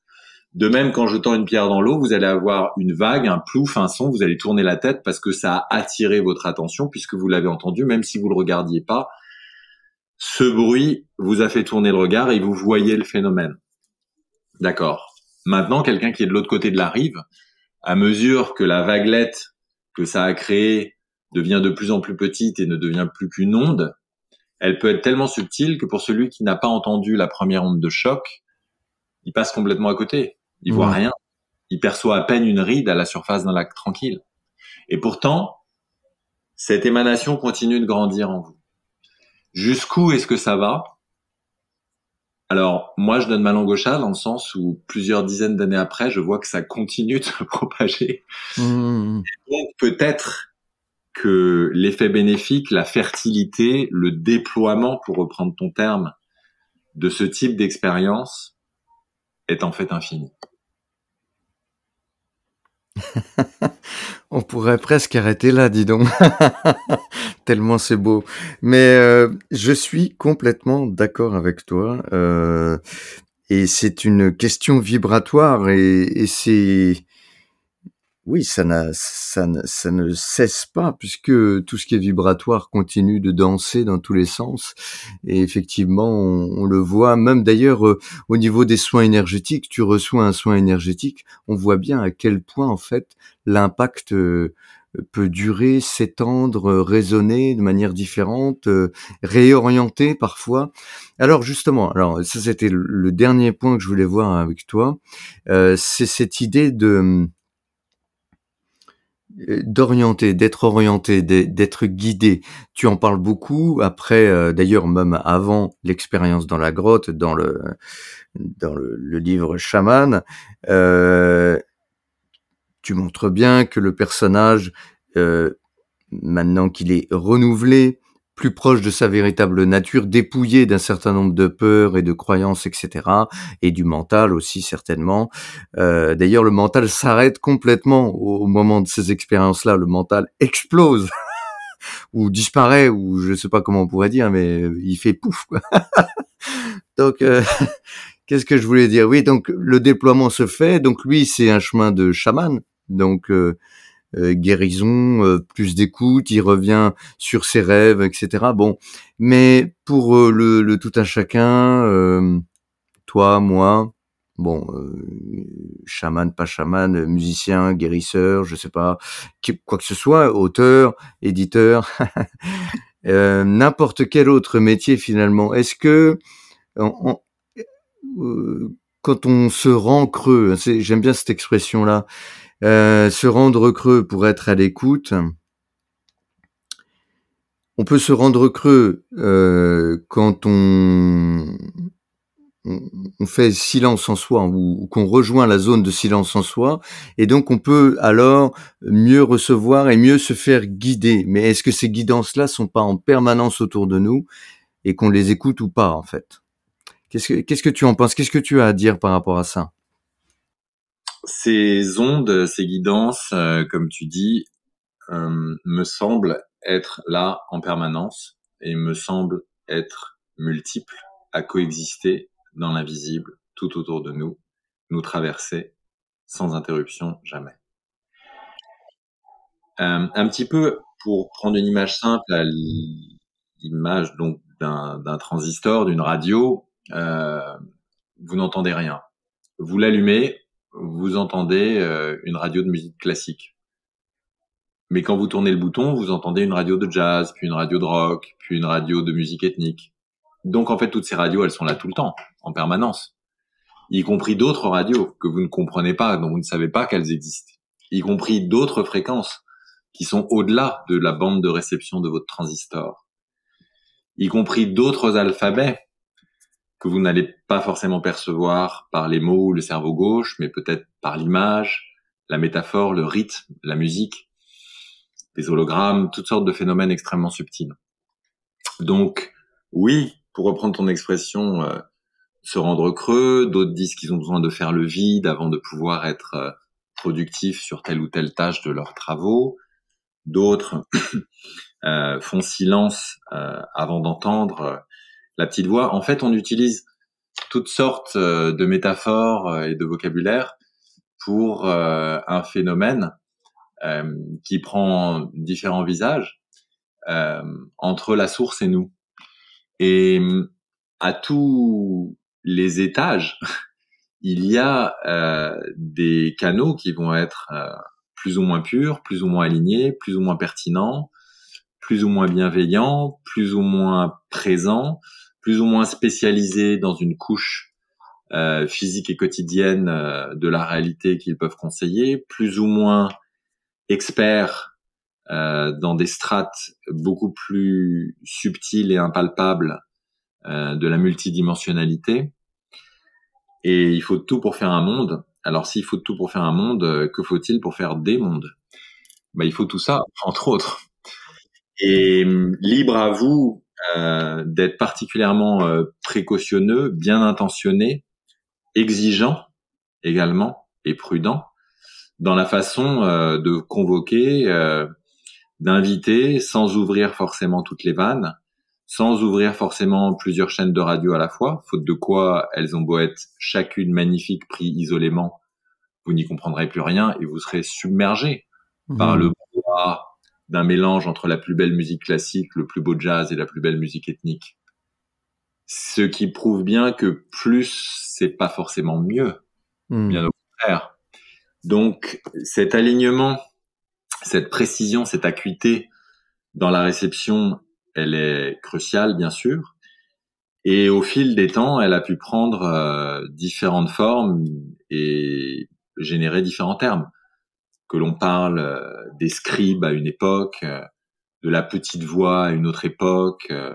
De même, qu'en jetant une pierre dans l'eau, vous allez avoir une vague, un plouf, un son, vous allez tourner la tête parce que ça a attiré votre attention puisque vous l'avez entendu, même si vous le regardiez pas. Ce bruit vous a fait tourner le regard et vous voyez le phénomène. D'accord. Maintenant, quelqu'un qui est de l'autre côté de la rive, à mesure que la vaguelette que ça a créée devient de plus en plus petite et ne devient plus qu'une onde, elle peut être tellement subtile que pour celui qui n'a pas entendu la première onde de choc, il passe complètement à côté. Il voit Mmh. rien. Il perçoit à peine une ride à la surface d'un lac tranquille. Et pourtant, cette émanation continue de grandir en vous. Jusqu'où est-ce que ça va? Alors, moi, je donne ma langue au chat dans le sens où plusieurs dizaines d'années après, je vois que ça continue de se propager. Mmh. Donc, peut-être que l'effet bénéfique, la fertilité, le déploiement, pour reprendre ton terme, de ce type d'expérience est en fait infini. On pourrait presque arrêter là, dis donc. Tellement c'est beau. Mais euh, je suis complètement d'accord avec toi. Euh, et c'est une question vibratoire et, et c'est... Oui, ça, n'a, ça, ne, ça ne cesse pas puisque tout ce qui est vibratoire continue de danser dans tous les sens. Et effectivement, on, on le voit même d'ailleurs euh, au niveau des soins énergétiques. Tu reçois un soin énergétique, on voit bien à quel point en fait l'impact euh, peut durer, s'étendre, euh, résonner de manière différente, euh, réorienter parfois. Alors justement, alors ça c'était le, le dernier point que je voulais voir avec toi, euh, c'est cette idée de d'orienter, d'être orienté, d'être guidé. Tu en parles beaucoup. Après, euh, d'ailleurs, même avant l'expérience dans la grotte, dans le dans le, le livre Chaman, euh, tu montres bien que le personnage, euh, maintenant qu'il est renouvelé, plus proche de sa véritable nature, dépouillé d'un certain nombre de peurs et de croyances, et cetera, et du mental aussi certainement. Euh, d'ailleurs, le mental s'arrête complètement au, au moment de ces expériences-là. Le mental explose ou disparaît, ou je sais pas comment on pourrait dire, mais il fait pouf, quoi. Donc, euh, qu'est-ce que je voulais dire? Oui, donc le déploiement se fait. Donc lui, c'est un chemin de chaman. Donc euh, Euh, guérison, euh, plus d'écoute, il revient sur ses rêves, et cetera. Bon, mais pour euh, le, le tout un chacun, euh, toi, moi, bon, euh, chaman, pas chaman, musicien, guérisseur, je sais pas, quoi que ce soit, auteur, éditeur, euh, n'importe quel autre métier finalement. Est-ce que on, on, euh, quand on se rend creux, c'est, j'aime bien cette expression-là, Euh, se rendre creux pour être à l'écoute. On peut se rendre creux euh, quand on, on, on fait silence en soi ou, ou qu'on rejoint la zone de silence en soi, et donc on peut alors mieux recevoir et mieux se faire guider. Mais est-ce que ces guidances-là sont pas en permanence autour de nous et qu'on les écoute ou pas en fait? Qu'est-ce que, qu'est-ce que tu en penses? Qu'est-ce que tu as à dire par rapport à ça? Ces ondes, ces guidances, euh, comme tu dis, euh, me semblent être là en permanence et me semblent être multiples à coexister dans l'invisible tout autour de nous, nous traverser sans interruption jamais. Euh, un petit peu pour prendre une image simple, à l'image donc d'un, d'un transistor, d'une radio, euh, vous n'entendez rien. Vous l'allumez, vous entendez euh, une radio de musique classique. Mais quand vous tournez le bouton, vous entendez une radio de jazz, puis une radio de rock, puis une radio de musique ethnique. Donc en fait, toutes ces radios, elles sont là tout le temps, en permanence. Y compris d'autres radios que vous ne comprenez pas, dont vous ne savez pas qu'elles existent. Y compris d'autres fréquences qui sont au-delà de la bande de réception de votre transistor. Y compris d'autres alphabets que vous n'allez pas forcément percevoir par les mots ou le cerveau gauche, mais peut-être par l'image, la métaphore, le rythme, la musique, des hologrammes, toutes sortes de phénomènes extrêmement subtils. Donc, oui, pour reprendre ton expression, euh, se rendre creux, d'autres disent qu'ils ont besoin de faire le vide avant de pouvoir être euh, productifs sur telle ou telle tâche de leurs travaux, d'autres euh, font silence euh, avant d'entendre euh, la petite voix. En fait, on utilise toutes sortes euh, de métaphores et de vocabulaire pour euh, un phénomène euh, qui prend différents visages euh, entre la source et nous. Et à tous les étages, il y a euh, des canaux qui vont être euh, plus ou moins purs, plus ou moins alignés, plus ou moins pertinents, plus ou moins bienveillants, plus ou moins présents, plus ou moins spécialisés dans une couche euh, physique et quotidienne euh, de la réalité qu'ils peuvent conseiller, plus ou moins experts euh, dans des strates beaucoup plus subtiles et impalpables euh, de la multidimensionnalité. Et il faut tout pour faire un monde. Alors s'il faut tout pour faire un monde, que faut-il pour faire des mondes ? Ben, il faut tout ça, entre autres. Et libre à vous euh, d'être particulièrement euh, précautionneux, bien intentionné, exigeant également et prudent dans la façon euh, de convoquer, euh, d'inviter, sans ouvrir forcément toutes les vannes, sans ouvrir forcément plusieurs chaînes de radio à la fois, faute de quoi elles ont beau être chacune magnifique pris isolément, vous n'y comprendrez plus rien et vous serez submergé mmh. par le brouhaha d'un mélange entre la plus belle musique classique, le plus beau jazz et la plus belle musique ethnique. Ce qui prouve bien que plus, c'est pas forcément mieux, mmh. bien au contraire. Donc, cet alignement, cette précision, cette acuité dans la réception, elle est cruciale, bien sûr. Et au fil des temps, elle a pu prendre euh, différentes formes et générer différents termes. Que l'on parle euh, des scribes à une époque, euh, de la petite voix à une autre époque, euh,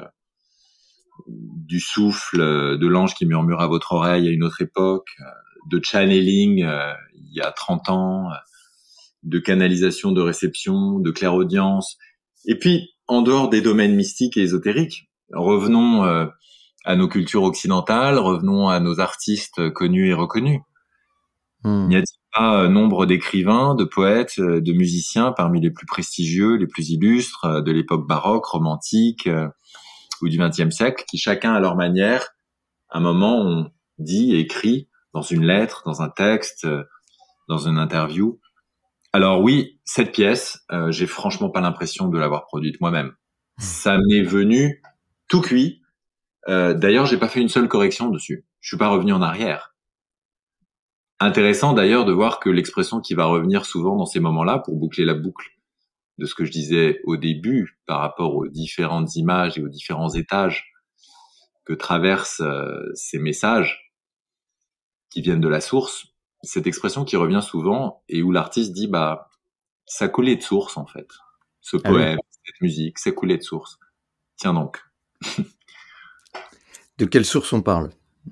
du souffle euh, de l'ange qui murmure à votre oreille à une autre époque, euh, de channeling euh, il y a trente ans, euh, de canalisation de réception, de clairaudience. Et puis, en dehors des domaines mystiques et ésotériques, revenons euh, à nos cultures occidentales, revenons à nos artistes connus et reconnus. Mmh. N'y a-t-il pas euh, nombre d'écrivains, de poètes, euh, de musiciens parmi les plus prestigieux, les plus illustres euh, de l'époque baroque, romantique euh, ou du vingtième siècle, qui chacun à leur manière, à un moment, ont dit, écrit dans une lettre, dans un texte, euh, dans une interview. Alors oui, cette pièce, euh, j'ai franchement pas l'impression de l'avoir produite moi-même. Mmh. Ça m'est venu tout cuit. Euh, d'ailleurs, j'ai pas fait une seule correction dessus. Je suis pas revenu en arrière. Intéressant d'ailleurs de voir que l'expression qui va revenir souvent dans ces moments-là, pour boucler la boucle de ce que je disais au début par rapport aux différentes images et aux différents étages que traversent euh, ces messages qui viennent de la source, cette expression qui revient souvent et où l'artiste dit bah ça coulait de source en fait, ce poème, ah oui. cette musique, c'est coulé de source. Tiens donc. De quelle source on parle?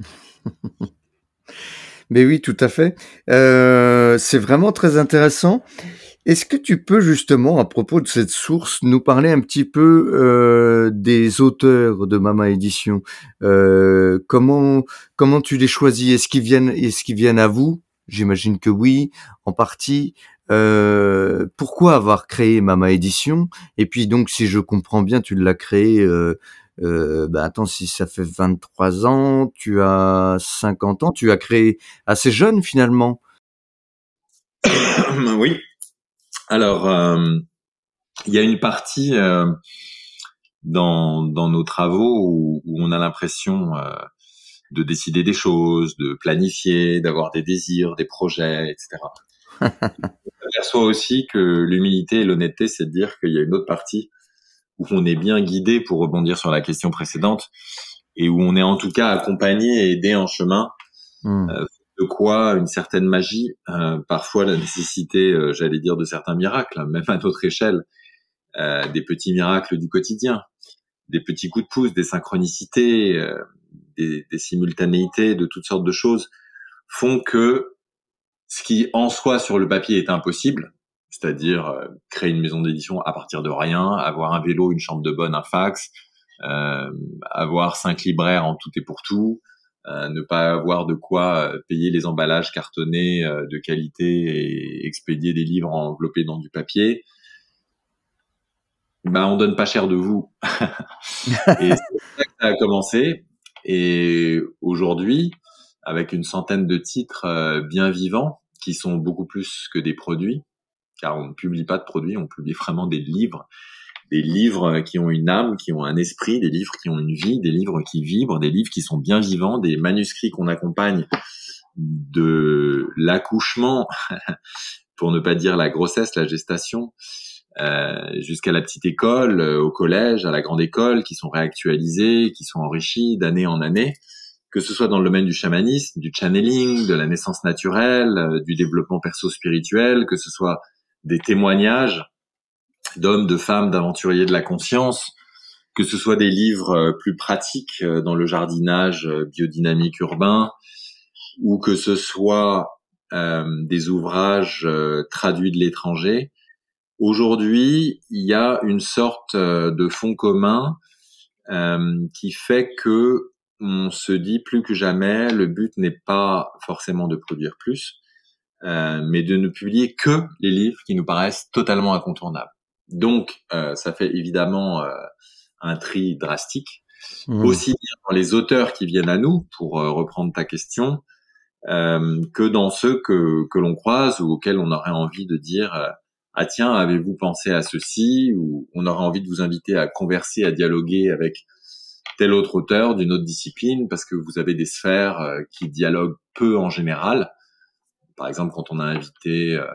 Mais oui, tout à fait. Euh, c'est vraiment très intéressant. Est-ce que tu peux justement, à propos de cette source, nous parler un petit peu euh, des auteurs de Mama Édition? euh, Comment comment tu les choisis? Est-ce qu'ils viennent est-ce qu'ils viennent à vous? J'imagine que oui, en partie. Euh, pourquoi avoir créé Mama Édition? Et puis donc, si je comprends bien, tu l'as créé. Euh, Euh, bah attends, si ça fait vingt-trois ans, tu as cinquante ans, tu as créé assez jeune finalement. Oui. Alors, euh, il y a une partie euh, dans dans nos travaux où, où on a l'impression euh, de décider des choses, de planifier, d'avoir des désirs, des projets, et cetera. On aperçoit aussi que l'humilité et l'honnêteté, c'est de dire qu'il y a une autre partie où on est bien guidé, pour rebondir sur la question précédente, et où on est en tout cas accompagné et aidé en chemin, mmh. euh, de quoi une certaine magie, euh, parfois la nécessité, euh, j'allais dire, de certains miracles, même à notre échelle, euh, des petits miracles du quotidien, des petits coups de pouce, des synchronicités, euh, des, des simultanéités, de toutes sortes de choses, font que ce qui en soi sur le papier est impossible, c'est-à-dire euh, créer une maison d'édition à partir de rien, avoir un vélo, une chambre de bonne, un fax, euh, avoir cinq libraires en tout et pour tout, euh, ne pas avoir de quoi payer les emballages cartonnés euh, de qualité et expédier des livres enveloppés dans du papier. Ben, on donne pas cher de vous. Et c'est comme ça que ça a commencé. Et aujourd'hui, avec une centaine de titres euh, bien vivants, qui sont beaucoup plus que des produits, car on ne publie pas de produits, on publie vraiment des livres, des livres qui ont une âme, qui ont un esprit, des livres qui ont une vie, des livres qui vibrent, des livres qui sont bien vivants, des manuscrits qu'on accompagne de l'accouchement, pour ne pas dire la grossesse, la gestation, euh, jusqu'à la petite école, euh, au collège, à la grande école, qui sont réactualisés, qui sont enrichis d'année en année, que ce soit dans le domaine du chamanisme, du channeling, de la naissance naturelle, euh, du développement perso-spirituel, que ce soit des témoignages d'hommes, de femmes, d'aventuriers de la conscience, que ce soit des livres euh, plus pratiques euh, dans le jardinage euh, biodynamique urbain, ou que ce soit euh, des ouvrages euh, traduits de l'étranger. Aujourd'hui, il y a une sorte euh, de fond commun euh, qui fait que on se dit plus que jamais, le but n'est pas forcément de produire plus, euh, mais de ne publier que les livres qui nous paraissent totalement incontournables. Donc, euh, ça fait évidemment euh, un tri drastique, mmh. aussi bien dans les auteurs qui viennent à nous, pour euh, reprendre ta question, euh, que dans ceux que, que l'on croise ou auxquels on aurait envie de dire euh, « Ah tiens, avez-vous pensé à ceci ?» ou on aurait envie de vous inviter à converser, à dialoguer avec tel autre auteur d'une autre discipline, parce que vous avez des sphères euh, qui dialoguent peu en général. Par exemple, quand on a invité euh,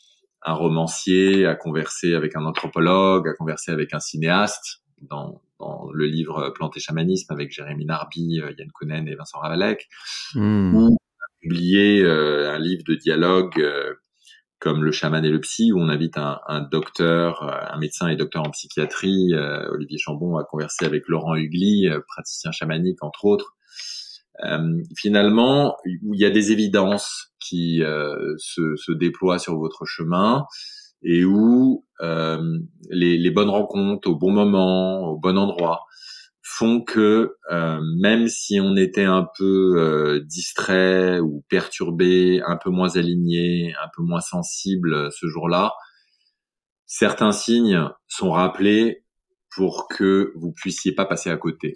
un romancier à converser avec un anthropologue, à converser avec un cinéaste, dans, dans le livre Plantes et chamanisme avec Jérémy Narby, euh, Yann Kounen et Vincent Ravalec, mmh. ou on a publié euh, un livre de dialogue euh, comme Le chaman et le psy, où on invite un, un docteur, un médecin et docteur en psychiatrie, euh, Olivier Chambon, à converser avec Laurent Hugli, euh, praticien chamanique, entre autres. Euh, finalement, où il y a des évidences qui euh, se, se déploient sur votre chemin et où euh, les, les bonnes rencontres au bon moment, au bon endroit, font que euh, même si on était un peu euh, distrait ou perturbé, un peu moins aligné, un peu moins sensible ce jour-là, certains signes sont rappelés pour que vous puissiez pas passer à côté.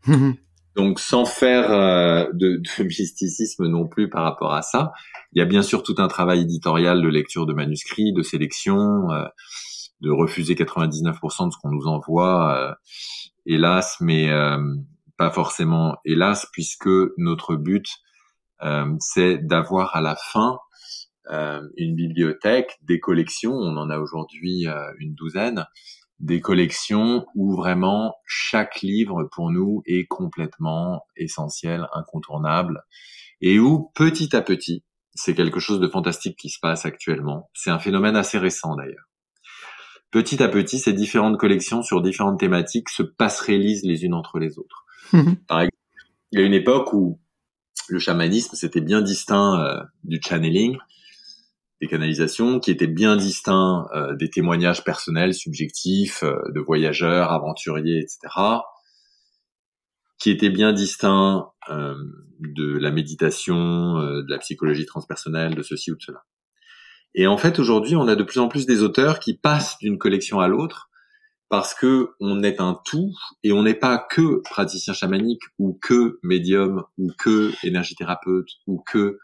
Donc, sans faire euh, de, de mysticisme non plus par rapport à ça, il y a bien sûr tout un travail éditorial de lecture de manuscrits, de sélection, euh, de refuser quatre-vingt-dix-neuf pour cent de ce qu'on nous envoie, euh, hélas, mais euh, pas forcément hélas, puisque notre but, euh, c'est d'avoir à la fin euh, une bibliothèque, des collections, on en a aujourd'hui euh, une douzaine, des collections où vraiment chaque livre pour nous est complètement essentiel, incontournable, et où petit à petit, c'est quelque chose de fantastique qui se passe actuellement, c'est un phénomène assez récent d'ailleurs. Petit à petit, ces différentes collections sur différentes thématiques se passerellisent les unes entre les autres. Mmh. Par exemple, il y a une époque où le chamanisme, c'était bien distinct euh, du channeling, des canalisations, qui étaient bien distincts euh, des témoignages personnels, subjectifs, euh, de voyageurs, aventuriers, et cetera, qui étaient bien distincts euh, de la méditation, euh, de la psychologie transpersonnelle, de ceci ou de cela. Et en fait, aujourd'hui, on a de plus en plus des auteurs qui passent d'une collection à l'autre parce que on est un tout et on n'est pas que praticien chamanique ou que médium ou que énergithérapeute ou que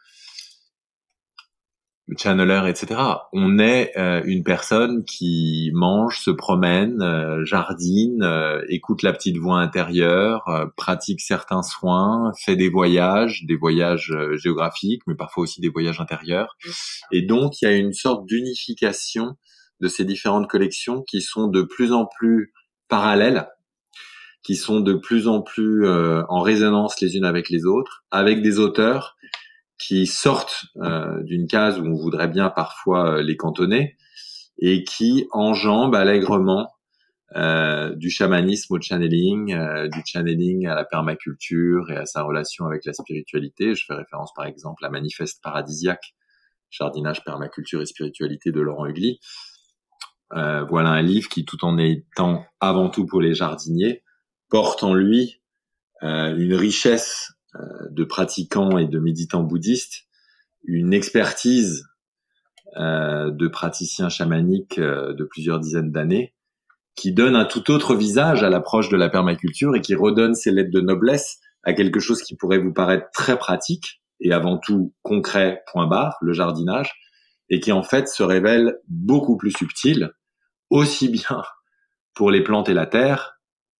channeler, et cetera. On est euh, une personne qui mange, se promène, euh, jardine, euh, écoute la petite voix intérieure, euh, pratique certains soins, fait des voyages, des voyages euh, géographiques, mais parfois aussi des voyages intérieurs. Et donc, il y a une sorte d'unification de ces différentes collections qui sont de plus en plus parallèles, qui sont de plus en plus euh, en résonance les unes avec les autres, avec des auteurs qui sortent euh, d'une case où on voudrait bien parfois euh, les cantonner et qui enjambent allègrement euh, du chamanisme au channeling, euh, du channeling à la permaculture et à sa relation avec la spiritualité. Je fais référence par exemple à Manifeste paradisiaque, jardinage, permaculture et spiritualité de Laurent Hugli. Euh, voilà un livre qui, tout en étant avant tout pour les jardiniers, porte en lui euh, une richesse de pratiquants et de méditants bouddhistes, une expertise euh, de praticiens chamaniques euh, de plusieurs dizaines d'années, qui donne un tout autre visage à l'approche de la permaculture et qui redonne ses lettres de noblesse à quelque chose qui pourrait vous paraître très pratique et avant tout concret, point barre, le jardinage, et qui en fait se révèle beaucoup plus subtil, aussi bien pour les plantes et la terre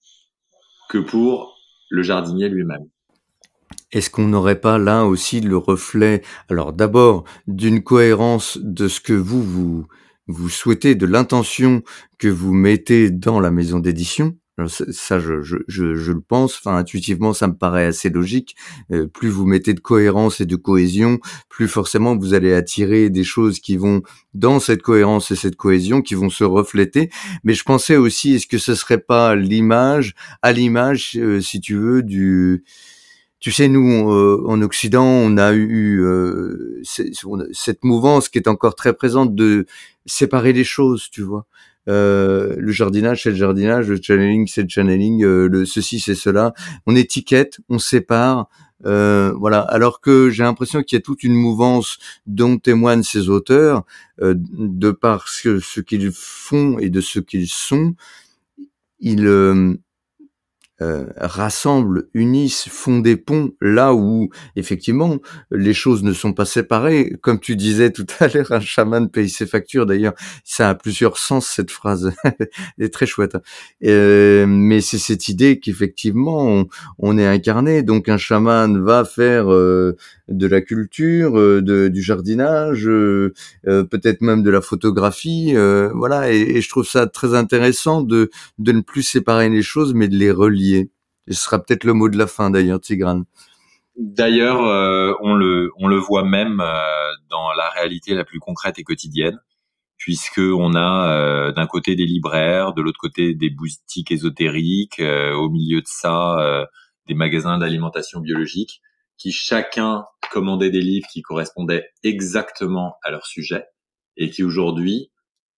que pour le jardinier lui-même. Est-ce qu'on n'aurait pas là aussi le reflet, alors d'abord d'une cohérence de ce que vous, vous, vous souhaitez, de l'intention que vous mettez dans la maison d'édition? Alors ça, ça, je, je, je, je le pense, enfin intuitivement ça me paraît assez logique. Euh, plus vous mettez de cohérence et de cohésion, plus forcément vous allez attirer des choses qui vont dans cette cohérence et cette cohésion, qui vont se refléter. Mais je pensais aussi, est-ce que ce serait pas l'image, à l'image, euh, si tu veux, du... Tu sais, nous, euh, en Occident, on a eu euh, cette mouvance qui est encore très présente de séparer les choses, tu vois. Euh, le jardinage, c'est le jardinage, le channeling, c'est le channeling, euh, le ceci, c'est cela. On étiquette, on sépare, euh, voilà. Alors que j'ai l'impression qu'il y a toute une mouvance dont témoignent ces auteurs, euh, de par ce, ce qu'ils font et de ce qu'ils sont. Ils... Euh, Euh, rassemblent, unissent, font des ponts là où effectivement les choses ne sont pas séparées. Comme tu disais tout à l'heure, un chaman paye ses factures. D'ailleurs, ça a plusieurs sens cette phrase. Elle est très chouette. Euh, mais c'est cette idée qu'effectivement on, on est incarné. Donc un chaman va faire euh, de la culture, euh, de, du jardinage, euh, euh, peut-être même de la photographie. Euh, voilà. Et, et je trouve ça très intéressant de de ne plus séparer les choses, mais de les relier. Et ce sera peut-être le mot de la fin d'ailleurs, Tigrane. D'ailleurs, euh, on le on le voit même euh, dans la réalité la plus concrète et quotidienne, puisque on a euh, d'un côté des libraires, de l'autre côté des boutiques ésotériques, euh, au milieu de ça euh, des magasins d'alimentation biologique, qui chacun commandaient des livres qui correspondaient exactement à leur sujet et qui aujourd'hui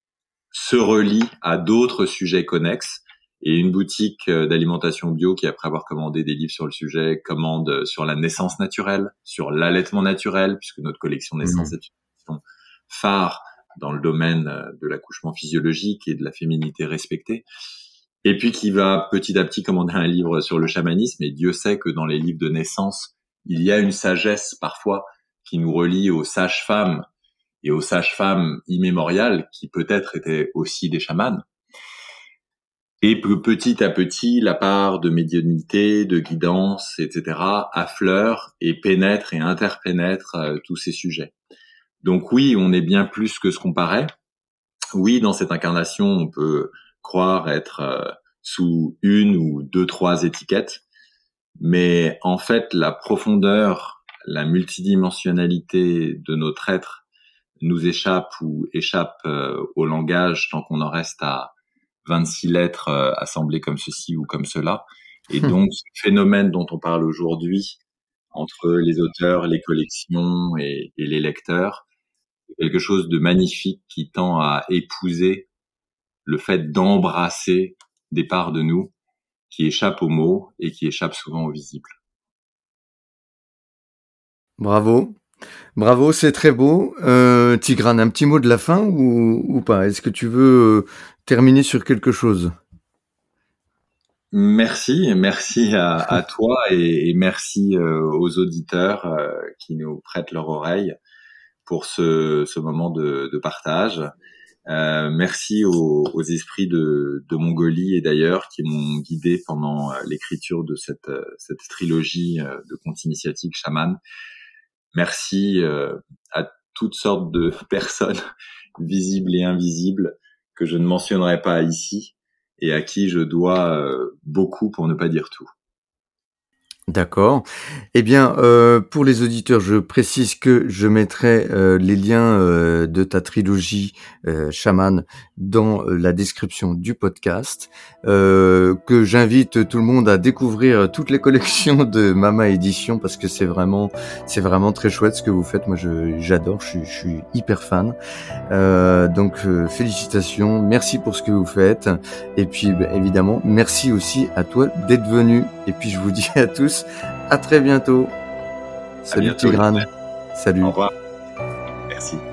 se relient à d'autres sujets connexes. Et une boutique d'alimentation bio qui, après avoir commandé des livres sur le sujet, commande sur la naissance naturelle, sur l'allaitement naturel, puisque notre collection naissance mmh. est une collection phare dans le domaine de l'accouchement physiologique et de la féminité respectée. Et puis qui va petit à petit commander un livre sur le chamanisme. Et Dieu sait que dans les livres de naissance, il y a une sagesse parfois qui nous relie aux sages-femmes et aux sages-femmes immémoriales qui peut-être étaient aussi des chamans. Et petit à petit, la part de médiumnité, de guidance, et cetera affleure et pénètre et interpénètre euh, tous ces sujets. Donc oui, on est bien plus que ce qu'on paraît. Oui, dans cette incarnation, on peut croire être euh, sous une ou deux, trois étiquettes. Mais en fait, la profondeur, la multidimensionnalité de notre être nous échappe ou échappe euh, au langage tant qu'on en reste à vingt-six lettres euh, assemblées comme ceci ou comme cela. Et donc, ce phénomène dont on parle aujourd'hui, entre les auteurs, les collections et, et les lecteurs, c'est quelque chose de magnifique qui tend à épouser le fait d'embrasser des parts de nous qui échappent aux mots et qui échappent souvent au visible. Bravo. Bravo, c'est très beau. Euh, Tigrane, un petit mot de la fin ou, ou pas? Est-ce que tu veux terminer sur quelque chose? Merci, merci à, à toi et, et merci euh, aux auditeurs euh, qui nous prêtent leur oreille pour ce, ce moment de, de partage. Euh, merci aux, aux esprits de, de Mongolie et d'ailleurs qui m'ont guidé pendant l'écriture de cette, cette trilogie de contes initiatiques chaman. Merci euh, à toutes sortes de personnes visibles et invisibles que je ne mentionnerai pas ici et à qui je dois euh, beaucoup pour ne pas dire tout. D'accord. Eh bien, euh, pour les auditeurs, je précise que je mettrai euh, les liens euh, de ta trilogie euh, Chaman dans la description du podcast, euh, que j'invite tout le monde à découvrir toutes les collections de Mama Édition parce que c'est vraiment, c'est vraiment très chouette ce que vous faites. Moi, je, j'adore, je suis, je suis hyper fan. Euh, donc, euh, félicitations, merci pour ce que vous faites. Et puis, bah, évidemment, merci aussi à toi d'être venu. Et puis, je vous dis à tous à très bientôt. Salut Tigrane. Salut. Salut. Au revoir. Merci.